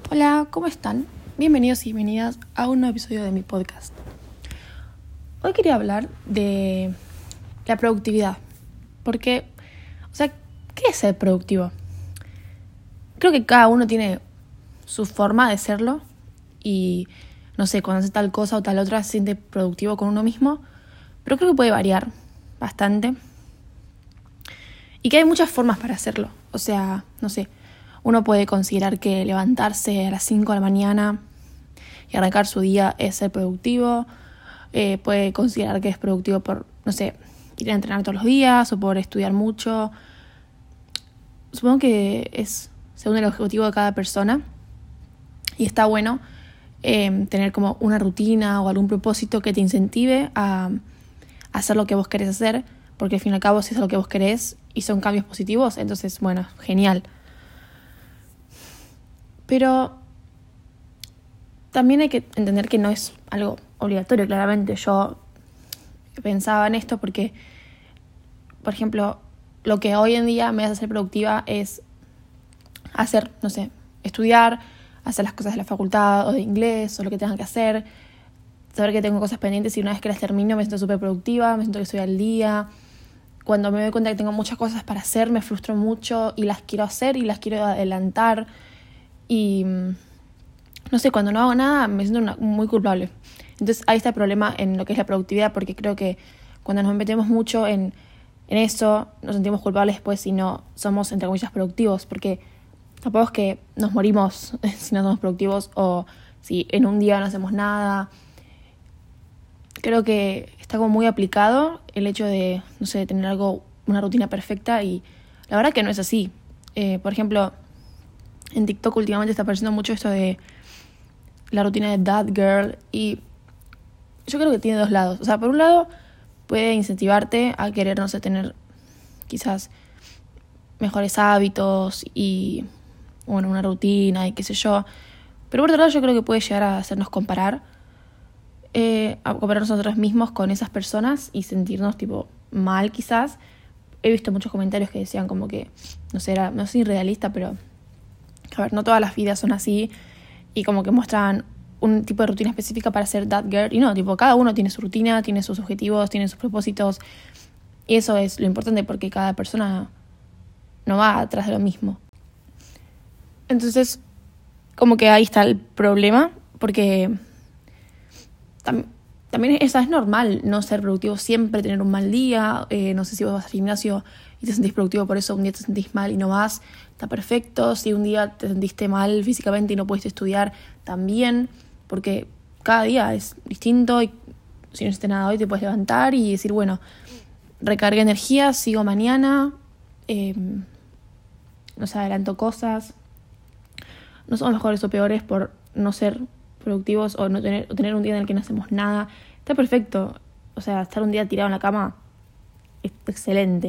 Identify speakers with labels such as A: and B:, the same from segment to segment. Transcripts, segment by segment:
A: Hola, ¿cómo están? Bienvenidos y bienvenidas a un nuevo episodio de mi podcast. Hoy quería hablar de la productividad, porque, ¿qué es ser productivo? Creo que cada uno tiene su forma de serlo y, cuando hace tal cosa o tal otra se siente productivo con uno mismo, pero creo que puede variar bastante y que hay muchas formas para hacerlo. Uno puede considerar que levantarse a las 5 de la mañana y arrancar su día es ser productivo. Puede considerar que es productivo por, ir a entrenar todos los días o por estudiar mucho. Supongo que es según el objetivo de cada persona. Y está bueno tener como una rutina o algún propósito que te incentive a hacer lo que vos querés hacer. Porque al fin y al cabo, si es lo que vos querés y son cambios positivos, entonces, genial. Pero también hay que entender que no es algo obligatorio, claramente. Yo pensaba en esto porque, por ejemplo, lo que hoy en día me hace ser productiva es hacer, estudiar, hacer las cosas de la facultad o de inglés o lo que tenga que hacer, saber que tengo cosas pendientes y una vez que las termino me siento súper productiva, me siento que estoy al día. Cuando me doy cuenta que tengo muchas cosas para hacer, me frustro mucho y las quiero hacer y las quiero adelantar. Y, cuando no hago nada me siento muy culpable. Entonces ahí está el problema en lo que es la productividad, porque creo que cuando nos metemos mucho en eso, nos sentimos culpables después si no somos, entre comillas, productivos, porque tampoco es que nos morimos si no somos productivos o si en un día no hacemos nada. Creo que está como muy aplicado el hecho de, tener una rutina perfecta y la verdad que no es así. Por ejemplo, en TikTok últimamente está apareciendo mucho esto de la rutina de That Girl y yo creo que tiene dos lados. Por un lado puede incentivarte a querer, tener quizás mejores hábitos y, una rutina y qué sé yo. Pero por otro lado yo creo que puede llegar a hacernos comparar, a compararnos nosotros mismos con esas personas y sentirnos mal quizás. He visto muchos comentarios que decían como que, no sé irrealista, pero a ver, no todas las vidas son así y como que muestran un tipo de rutina específica para ser that girl y no, cada uno tiene su rutina, tiene sus objetivos, tiene sus propósitos y eso es lo importante porque cada persona no va atrás de lo mismo. Entonces, como que ahí está el problema porque también es normal no ser productivo siempre, tener un mal día, no sé si vos vas al gimnasio y te sentís productivo, por eso un día te sentís mal y no vas, está perfecto. Si un día te sentiste mal físicamente y no pudiste estudiar, también, porque cada día es distinto y si no hiciste nada hoy te puedes levantar y decir, recargué energía, sigo mañana, adelanto cosas. No somos mejores o peores por no ser productivos o no tener un día en el que no hacemos nada. Está perfecto. Estar un día tirado en la cama es excelente.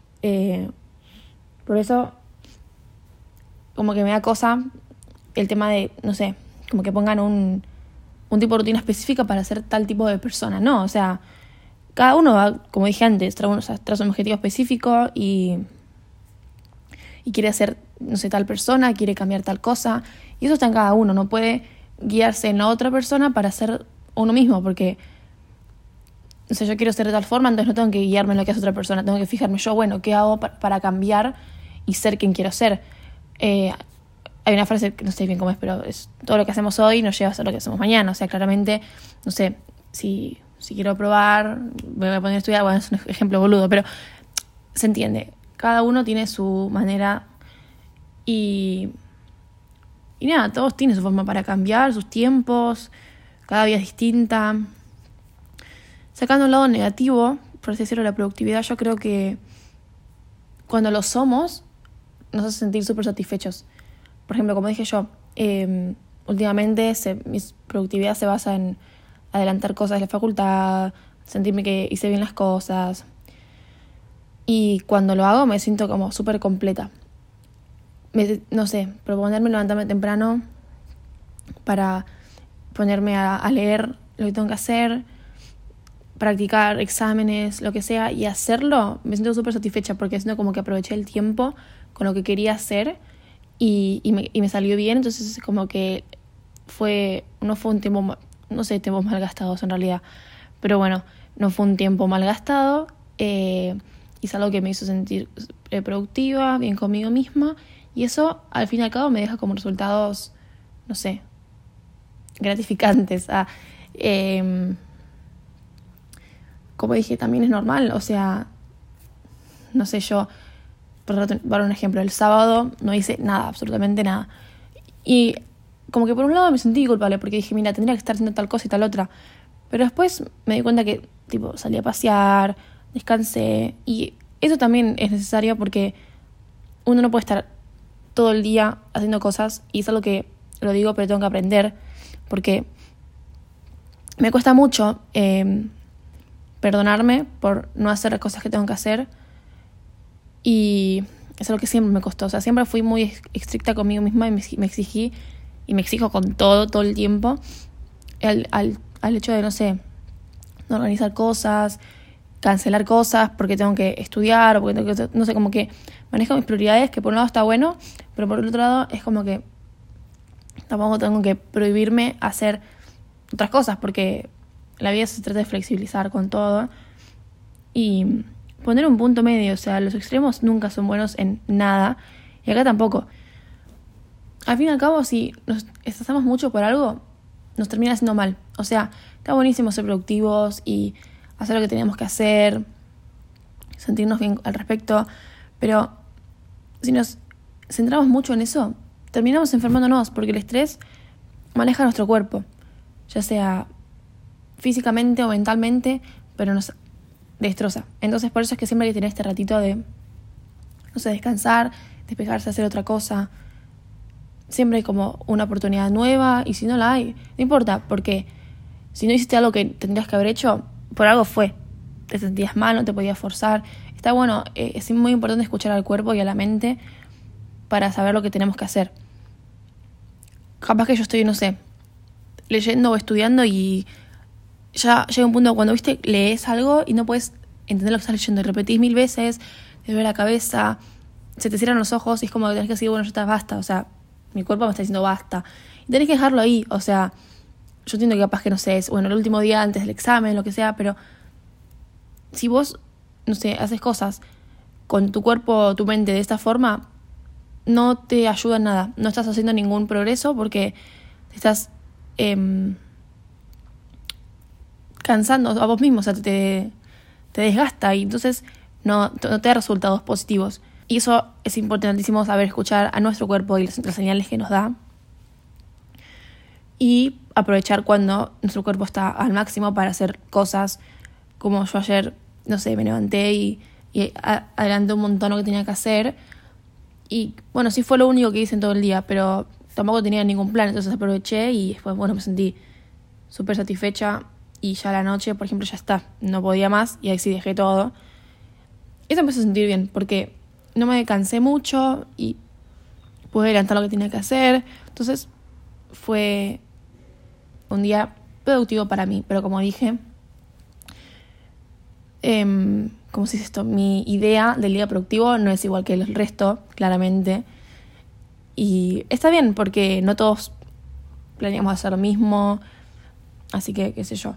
A: Por eso, como que me da cosa el tema de, como que pongan un tipo de rutina específica para ser tal tipo de persona. No, cada uno va, como dije antes, traza un objetivo específico y quiere ser, tal persona, quiere cambiar tal cosa. Y eso está en cada uno. No puede guiarse en la otra persona para ser uno mismo, porque yo quiero ser de tal forma, entonces no tengo que guiarme en lo que hace otra persona, tengo que fijarme yo, ¿qué hago para cambiar y ser quien quiero ser? Hay una frase que no sé bien cómo es, pero es todo lo que hacemos hoy nos lleva a ser lo que hacemos mañana. Claramente, si quiero probar, me voy a poner a estudiar, es un ejemplo boludo, pero se entiende. Cada uno tiene su manera y nada, todos tienen su forma para cambiar, sus tiempos, cada día es distinta. Sacando un lado negativo, por así decirlo, la productividad, yo creo que cuando lo somos, nos hace sentir súper satisfechos. Por ejemplo, como dije yo, últimamente mi productividad se basa en adelantar cosas de la facultad, sentirme que hice bien las cosas. Y cuando lo hago me siento como súper completa. Proponerme levantarme temprano para ponerme a leer lo que tengo que hacer, practicar exámenes, lo que sea, y hacerlo, me siento súper satisfecha porque siento como que aproveché el tiempo con lo que quería hacer y me salió bien, entonces como que no fue un tiempo, no sé, tiempos mal gastados en realidad, pero bueno, no fue un tiempo mal gastado, y es algo que me hizo sentir productiva, bien conmigo misma, y eso al fin y al cabo me deja como resultados, no sé, gratificantes. Como dije, también es normal, o sea, no sé, yo, por dar un ejemplo, el sábado no hice nada, absolutamente nada. Y como que por un lado me sentí culpable porque dije, mira, tendría que estar haciendo tal cosa y tal otra. Pero después me di cuenta que, tipo, salí a pasear, descansé. Y eso también es necesario porque uno no puede estar todo el día haciendo cosas. Y es algo que, lo digo, pero tengo que aprender. Porque me cuesta mucho perdonarme por no hacer las cosas que tengo que hacer. Y es algo que siempre me costó. O sea, siempre fui muy estricta conmigo misma y me exigí y me exijo con todo el tiempo. Al hecho de, no sé, no organizar cosas, cancelar cosas porque tengo que estudiar o porque tengo que, no sé, como que manejo mis prioridades, que por un lado está bueno, pero por otro lado es como que tampoco tengo que prohibirme hacer otras cosas porque la vida se trata de flexibilizar con todo y poner un punto medio. O sea, los extremos nunca son buenos en nada y acá tampoco. Al fin y al cabo, si nos estresamos mucho por algo, nos termina haciendo mal. O sea, está buenísimo ser productivos y hacer lo que tenemos que hacer, sentirnos bien al respecto, pero si nos centramos mucho en eso, terminamos enfermándonos porque el estrés maneja nuestro cuerpo, ya sea físicamente o mentalmente, pero nos destroza. Entonces por eso es que siempre hay que tener este ratito de, no sé, descansar, despejarse, hacer otra cosa. Siempre hay como una oportunidad nueva y si no la hay, no importa, porque si no hiciste algo que tendrías que haber hecho, por algo fue. Te sentías mal, no te podías forzar. Está bueno, es muy importante escuchar al cuerpo y a la mente para saber lo que tenemos que hacer. Capaz que yo estoy, no sé, leyendo o estudiando y ya llega un punto cuando, viste, lees algo y no puedes entender lo que estás leyendo y repetís 1000 veces, te duele la cabeza, se te cierran los ojos y es como que tenés que decir, bueno, ya está, basta, o sea, mi cuerpo me está diciendo basta. Y tenés que dejarlo ahí, o sea, yo entiendo que capaz que, no sé, es, bueno, el último día antes del examen, lo que sea, pero si vos, no sé, haces cosas con tu cuerpo, tu mente de esta forma, no te ayuda en nada. No estás haciendo ningún progreso porque te estás cansando a vos mismo, o sea, te desgasta y entonces no te da resultados positivos. Y eso es importantísimo, saber escuchar a nuestro cuerpo y las señales que nos da. Y aprovechar cuando nuestro cuerpo está al máximo para hacer cosas como yo ayer, no sé, me levanté y adelanté un montón lo que tenía que hacer. Y bueno, sí fue lo único que hice en todo el día, pero tampoco tenía ningún plan, entonces aproveché y después, bueno, me sentí súper satisfecha y ya a la noche, por ejemplo, ya está, no podía más y ahí sí dejé todo. Eso me hizo sentir bien porque no me cansé mucho y pude adelantar lo que tenía que hacer, entonces fue un día productivo para mí, pero como dije, ¿cómo se dice esto? Mi idea del día productivo no es igual que el resto, claramente. Y está bien, porque no todos planeamos hacer lo mismo. Así que, qué sé yo.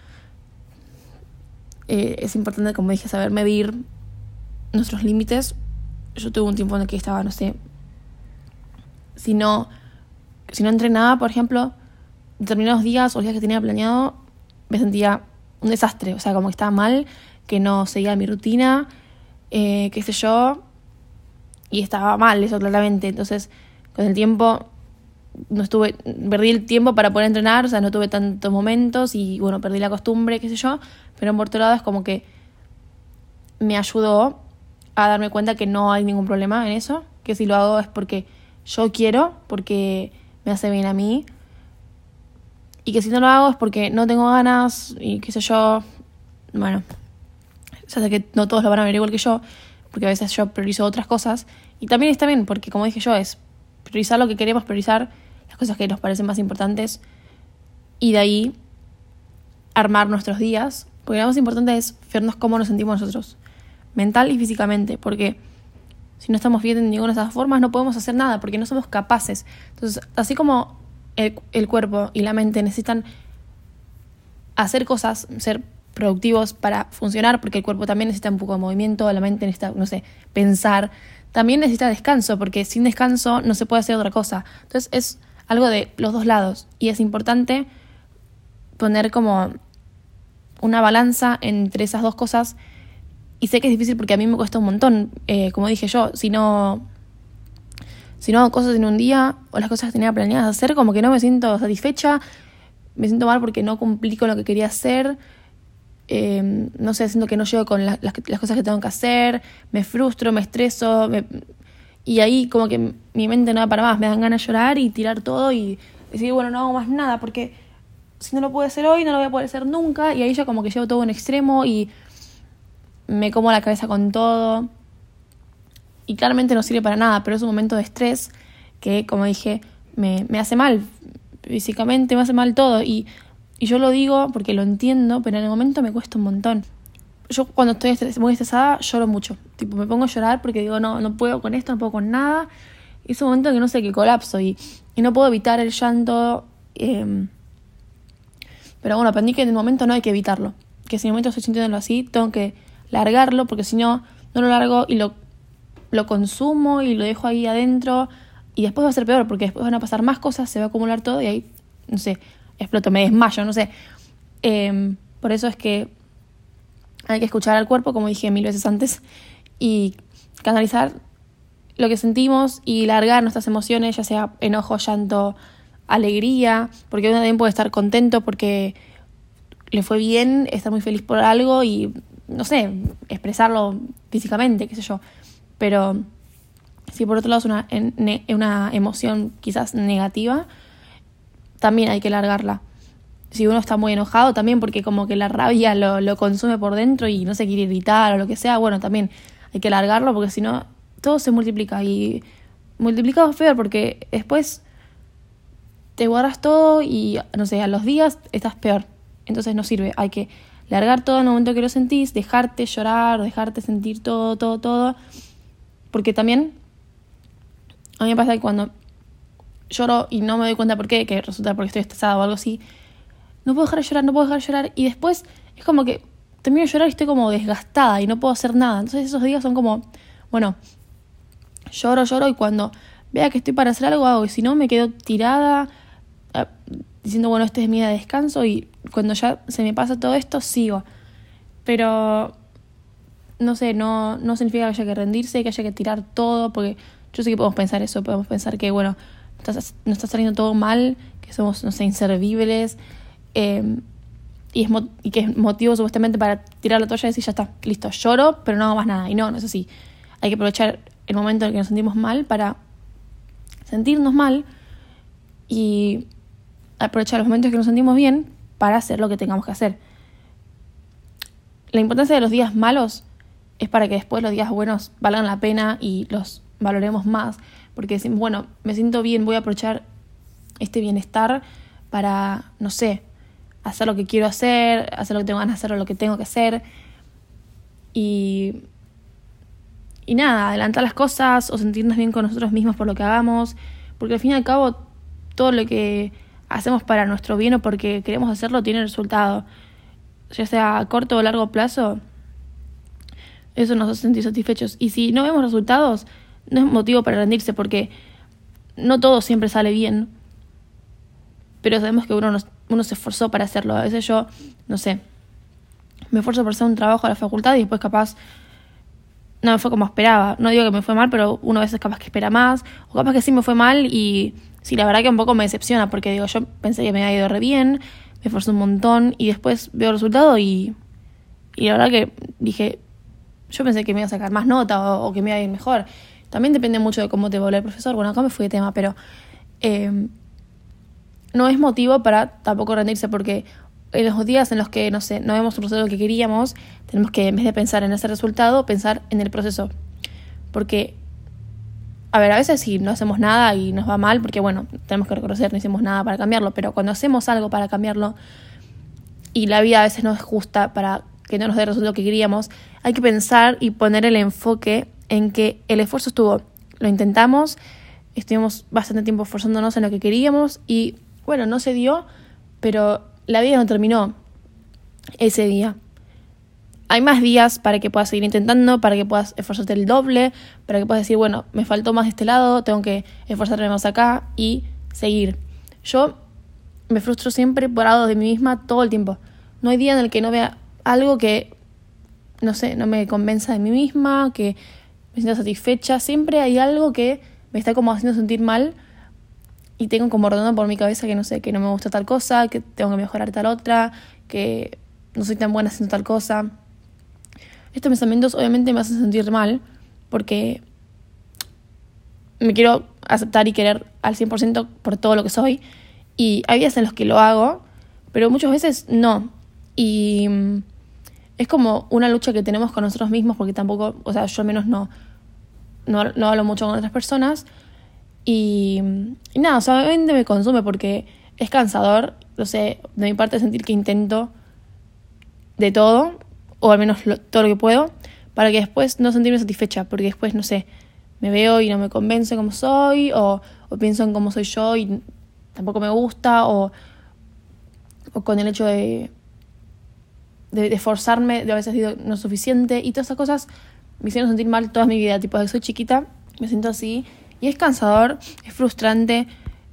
A: Es importante, como dije, saber medir nuestros límites. Yo tuve un tiempo en el que estaba, no sé, si no entrenaba, por ejemplo, determinados días o días que tenía planeado, me sentía un desastre. O sea, como que estaba mal, que no seguía mi rutina, qué sé yo, y estaba mal eso claramente. Entonces, con el tiempo perdí el tiempo para poder entrenar, o sea, no tuve tantos momentos y bueno, perdí la costumbre, qué sé yo, pero por otro lado es como que me ayudó a darme cuenta que no hay ningún problema en eso, que si lo hago es porque yo quiero, porque me hace bien a mí, y que si no lo hago es porque no tengo ganas y qué sé yo. Bueno, ya sé que no todos lo van a ver igual que yo, porque a veces yo priorizo otras cosas. Y también está bien, porque como dije yo, es priorizar lo que queremos priorizar, las cosas que nos parecen más importantes, y de ahí armar nuestros días. Porque lo más importante es vernos cómo nos sentimos nosotros, mental y físicamente. Porque si no estamos bien en ninguna de esas formas, no podemos hacer nada porque no somos capaces. Entonces, así como el cuerpo y la mente necesitan hacer cosas, ser productivos para funcionar, porque el cuerpo también necesita un poco de movimiento, la mente necesita, no sé, pensar, también necesita descanso, porque sin descanso no se puede hacer otra cosa. Entonces es algo de los dos lados y es importante poner como una balanza entre esas dos cosas. Y sé que es difícil porque a mí me cuesta un montón, como dije yo, si no hago cosas en un día o las cosas que tenía planeadas hacer, como que no me siento satisfecha, me siento mal porque no cumplí con lo que quería hacer, no sé, siento que no llego con las cosas que tengo que hacer, me frustro, me estreso, y ahí como que mi mente no da para más, me dan ganas de llorar y tirar todo y decir, bueno, no hago más nada porque si no lo puedo hacer hoy, no lo voy a poder hacer nunca, y ahí ya como que llevo todo a un extremo y me como la cabeza con todo. Y claramente no sirve para nada, pero es un momento de estrés que, como dije, me hace mal. Físicamente me hace mal todo. Y yo lo digo porque lo entiendo, pero en el momento me cuesta un montón. Yo cuando estoy muy estresada lloro mucho. Tipo, me pongo a llorar porque digo, no puedo con esto, no puedo con nada. Y es un momento que no sé, que colapso. Y no puedo evitar el llanto. Pero bueno, aprendí que en el momento no hay que evitarlo. Que si en el momento estoy sintiéndolo así, tengo que largarlo, porque si no lo largo y lo consumo y lo dejo ahí adentro y después va a ser peor porque después van a pasar más cosas, se va a acumular todo y ahí, no sé, exploto, me desmayo, no sé. Por eso es que hay que escuchar al cuerpo, como dije 1000 veces antes, y canalizar lo que sentimos y largar nuestras emociones, ya sea enojo, llanto, alegría, porque uno también puede estar contento porque le fue bien, estar muy feliz por algo y, no sé, expresarlo físicamente, qué sé yo. Pero si por otro lado es una emoción quizás negativa, también hay que largarla. Si uno está muy enojado también, porque como que la rabia lo consume por dentro y no se quiere gritar o lo que sea, bueno, también hay que largarlo porque si no todo se multiplica y multiplicado es peor porque después te guardas todo y, no sé, a los días estás peor. Entonces no sirve, hay que largar todo en el momento que lo sentís, dejarte llorar, dejarte sentir todo. Porque también a mí me pasa que cuando lloro y no me doy cuenta por qué, que resulta porque estoy estresada o algo así, no puedo dejar de llorar y después es como que termino de llorar y estoy como desgastada y no puedo hacer nada. Entonces esos días son como, bueno, lloro y cuando vea que estoy para hacer algo hago y si no me quedo tirada diciendo, bueno, este es mi día de descanso y cuando ya se me pasa todo esto sigo. Pero no sé, no significa que haya que rendirse, que haya que tirar todo, porque yo sé que podemos pensar eso, podemos pensar que, bueno, no está saliendo todo mal, que somos, no sé, inservibles, y que es motivo supuestamente para tirar la toalla y decir, ya está, listo, lloro, pero no hago más nada. Y no es así. Hay que aprovechar el momento en el que nos sentimos mal para sentirnos mal y aprovechar los momentos que nos sentimos bien para hacer lo que tengamos que hacer. La importancia de los días malos es para que después los días buenos valgan la pena y los valoremos más. Porque decimos, bueno, me siento bien, voy a aprovechar este bienestar para, no sé, hacer lo que quiero hacer lo que tengo ganas de hacer o lo que tengo que hacer. Y nada, adelantar las cosas o sentirnos bien con nosotros mismos por lo que hagamos. Porque al fin y al cabo, todo lo que hacemos para nuestro bien o porque queremos hacerlo tiene resultado. Ya sea a corto o largo plazo, eso nos hace sentir satisfechos. Y si no vemos resultados, no es motivo para rendirse, porque no todo siempre sale bien. Pero sabemos que uno se esforzó para hacerlo. A veces yo, no sé, me esfuerzo por hacer un trabajo a la facultad y después capaz no me fue como esperaba. No digo que me fue mal, pero uno a veces capaz que espera más. O capaz que sí me fue mal y sí, la verdad que un poco me decepciona, porque digo, yo pensé que me había ido re bien, me esforcé un montón y después veo el resultado y la verdad que dije, yo pensé que me iba a sacar más nota o que me iba a ir mejor. También depende mucho de cómo te volvió el profesor. Bueno, acá me fui de tema, pero no es motivo para tampoco rendirse, porque en los días en los que, no sé, no vemos un resultado que queríamos, tenemos que, en vez de pensar en ese resultado, pensar en el proceso. Porque, a ver, a veces sí, no hacemos nada y nos va mal, porque bueno, tenemos que reconocer, no hicimos nada para cambiarlo, pero cuando hacemos algo para cambiarlo y la vida a veces no es justa para que no nos dé el resultado que queríamos, hay que pensar y poner el enfoque en que el esfuerzo estuvo, lo intentamos, estuvimos bastante tiempo esforzándonos en lo que queríamos y bueno, no se dio, pero la vida no terminó ese día. Hay más días para que puedas seguir intentando, para que puedas esforzarte el doble, para que puedas decir, bueno, me faltó más de este lado, tengo que esforzarme más acá y seguir. Yo me frustro siempre por algo de mí misma todo el tiempo. No hay día en el que no vea algo que, no sé, no me convenza de mí misma, que me sienta satisfecha. Siempre hay algo que me está como haciendo sentir mal y tengo como ordenando por mi cabeza que no sé, que no me gusta tal cosa, que tengo que mejorar tal otra, que no soy tan buena haciendo tal cosa. Estos pensamientos obviamente me hacen sentir mal porque me quiero aceptar y querer al 100% por todo lo que soy. Y hay días en los que lo hago, pero muchas veces no. Y es como una lucha que tenemos con nosotros mismos porque tampoco, o sea, yo al menos no hablo mucho con otras personas. Y nada, o sea, obviamente me consume porque es cansador, no sé, de mi parte sentir que intento de todo, o al menos todo lo que puedo, para que después no sentirme satisfecha, porque después, no sé, me veo y no me convence como soy, o pienso en cómo soy yo y tampoco me gusta, o con el hecho de esforzarme, de a veces digo no es suficiente, y todas esas cosas me hicieron sentir mal toda mi vida, tipo, desde que soy chiquita, me siento así, y es cansador, es frustrante,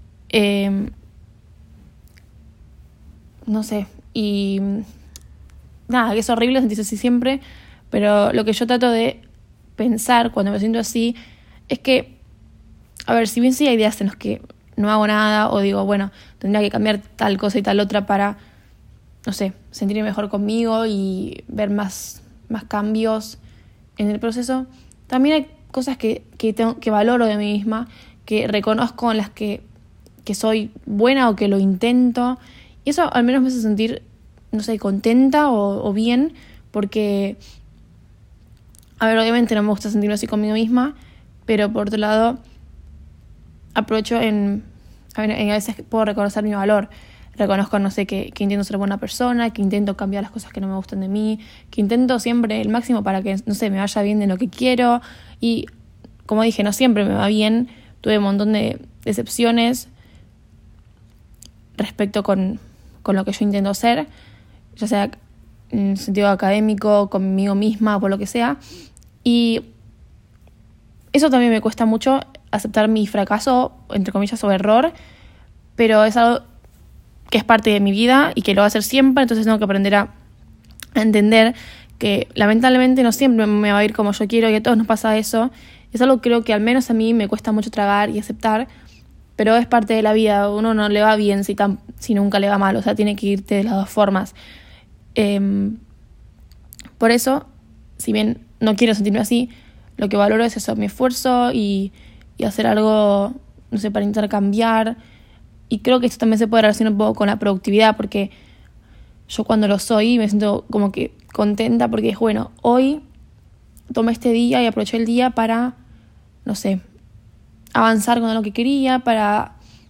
A: no sé, y nada, que es horrible sentirse así siempre, pero lo que yo trato de pensar cuando me siento así es que, a ver, si bien sí hay días en los que no hago nada o digo, bueno, tendría que cambiar tal cosa y tal otra para, no sé, sentirme mejor conmigo y ver más cambios en el proceso, también hay cosas que valoro de mí misma, que reconozco en las que soy buena o que lo intento, y eso al menos me hace sentir, no sé, contenta o bien, porque, a ver, obviamente no me gusta sentirme así conmigo misma, pero por otro lado, aprovecho a veces puedo reconocer mi valor. Reconozco, no sé, que intento ser buena persona, que intento cambiar las cosas que no me gustan de mí, que intento siempre el máximo para que, no sé, me vaya bien de lo que quiero. Y, como dije, no siempre me va bien. Tuve un montón de decepciones respecto con lo que yo intento hacer, ya sea en sentido académico, conmigo misma, por lo que sea. Y eso también me cuesta mucho, aceptar mi fracaso, entre comillas, o error, pero es algo que es parte de mi vida y que lo va a hacer siempre, entonces tengo que aprender a entender que lamentablemente no siempre me va a ir como yo quiero y a todos nos pasa eso. Es algo que creo que al menos a mí me cuesta mucho tragar y aceptar, pero es parte de la vida. Uno no le va bien si nunca le va mal, o sea, tiene que irte de las dos formas. Por eso, si bien no quiero sentirme así, lo que valoro es eso, mi esfuerzo y hacer algo, no sé, para intentar cambiar. Y creo que esto también se puede relacionar un poco con la productividad, porque yo cuando lo soy me siento como que contenta porque es, bueno, hoy tomé este día y aproveché el día para, no sé, avanzar con lo que quería, para,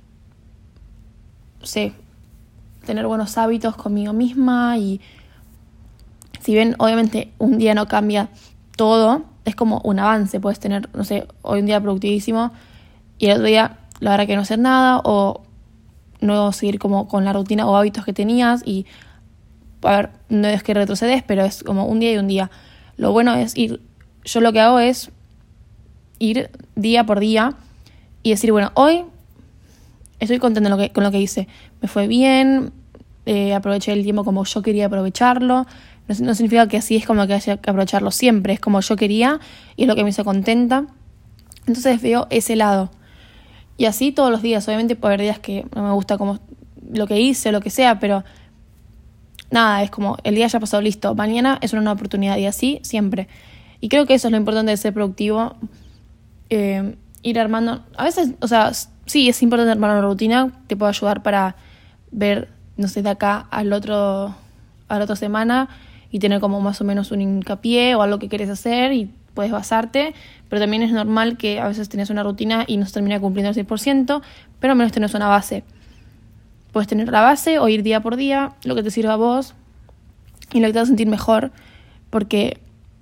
A: no sé, tener buenos hábitos conmigo misma. Y si bien obviamente un día no cambia todo, es como un avance. Puedes tener, no sé, hoy un día productivísimo y el otro día la verdad que no hacer nada o no seguir como con la rutina o hábitos que tenías. Y a ver, no es que retrocedes, pero es como un día y un día. Lo bueno es yo lo que hago es ir día por día y decir, bueno, hoy estoy contenta con lo que hice. Me fue bien, aproveché el tiempo como yo quería aprovecharlo. No significa que así es como que haya que aprovecharlo siempre, es como yo quería y es lo que me hizo contenta. Entonces veo ese lado. Y así todos los días. Obviamente puede haber días que no me gusta como lo que hice o lo que sea, pero nada, es como el día ya pasó, listo. Mañana es una nueva oportunidad y así siempre. Y creo que eso es lo importante de ser productivo. Ir armando, a veces, o sea, sí, es importante armar una rutina, te puede ayudar para ver, no sé, de acá a la otra semana y tener como más o menos un hincapié o algo que quieres hacer y puedes basarte, pero también es normal que a veces tenés una rutina y no se termina cumpliendo al 100%, pero al menos tenés una base. Puedes tener la base o ir día por día, lo que te sirva a vos y lo que te va a sentir mejor, porque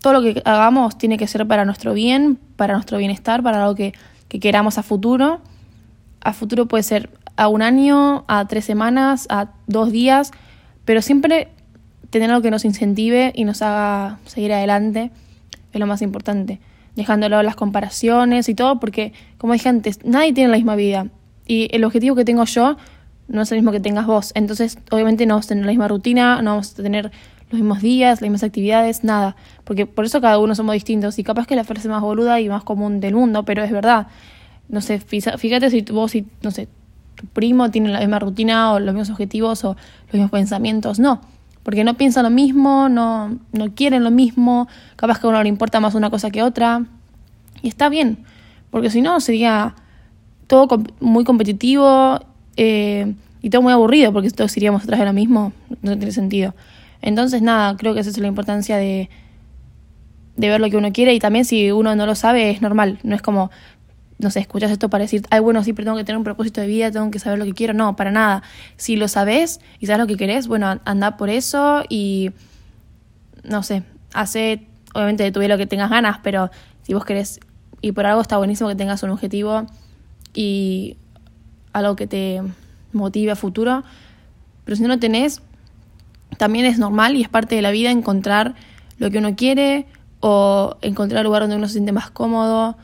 A: todo lo que hagamos tiene que ser para nuestro bien, para nuestro bienestar, para algo que queramos a futuro. A futuro puede ser a 1 año, a 3 semanas, a 2 días, pero siempre tener algo que nos incentive y nos haga seguir adelante es lo más importante. Dejando de lado las comparaciones y todo, porque, como dije antes, nadie tiene la misma vida. Y el objetivo que tengo yo no es el mismo que tengas vos. Entonces, obviamente no vamos a tener la misma rutina, no vamos a tener los mismos días, las mismas actividades, nada. Porque por eso cada uno somos distintos. Y capaz que la frase más boluda y más común del mundo, pero es verdad. No sé, fíjate si no sé, tu primo tiene la misma rutina o los mismos objetivos o los mismos pensamientos. No, porque no piensan lo mismo, no quieren lo mismo. Capaz que a uno le importa más una cosa que otra. Y está bien, porque si no sería todo muy competitivo y todo muy aburrido, porque si todos iríamos atrás de lo mismo, no tiene sentido. Entonces, nada, creo que esa es la importancia de ver lo que uno quiere, y también si uno no lo sabe es normal, no es como, no sé, escuchas esto para decir, ay, bueno, sí, pero tengo que tener un propósito de vida, tengo que saber lo que quiero. No, para nada. Si lo sabes y sabes lo que querés, bueno, anda por eso y, no sé, obviamente de tu vida lo que tengas ganas, pero si vos querés ir por algo, está buenísimo que tengas un objetivo y algo que te motive a futuro. Pero si no lo tenés, también es normal y es parte de la vida encontrar lo que uno quiere o encontrar el lugar donde uno se siente más cómodo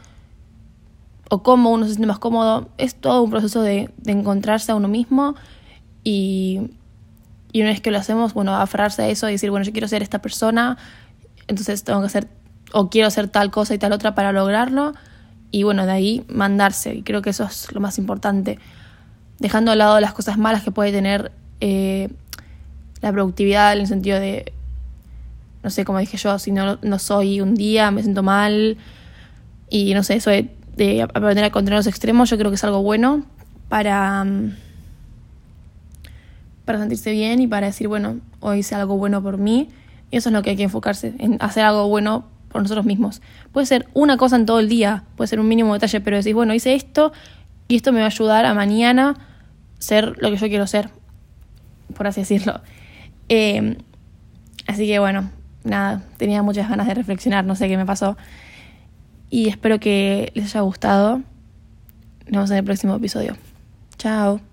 A: o cómo uno se siente más cómodo. Es todo un proceso de encontrarse a uno mismo y una vez que lo hacemos, bueno, aferrarse a eso y decir, bueno, yo quiero ser esta persona, entonces tengo que hacer o quiero hacer tal cosa y tal otra para lograrlo, y bueno, de ahí mandarse. Y creo que eso es lo más importante, dejando de lado las cosas malas que puede tener la productividad, en el sentido de, no sé, como dije yo, si no soy un día, me siento mal, y no sé, eso de aprender a controlar los extremos, yo creo que es algo bueno para sentirse bien y para decir, bueno, hoy hice algo bueno por mí. Y eso es lo que hay que enfocarse, en hacer algo bueno por nosotros mismos. Puede ser una cosa en todo el día, puede ser un mínimo detalle, pero decís, bueno, hice esto y esto me va a ayudar a mañana ser lo que yo quiero ser, por así decirlo. Así que bueno, nada, tenía muchas ganas de reflexionar, no sé qué me pasó. Y espero que les haya gustado. Nos vemos en el próximo episodio. Chao.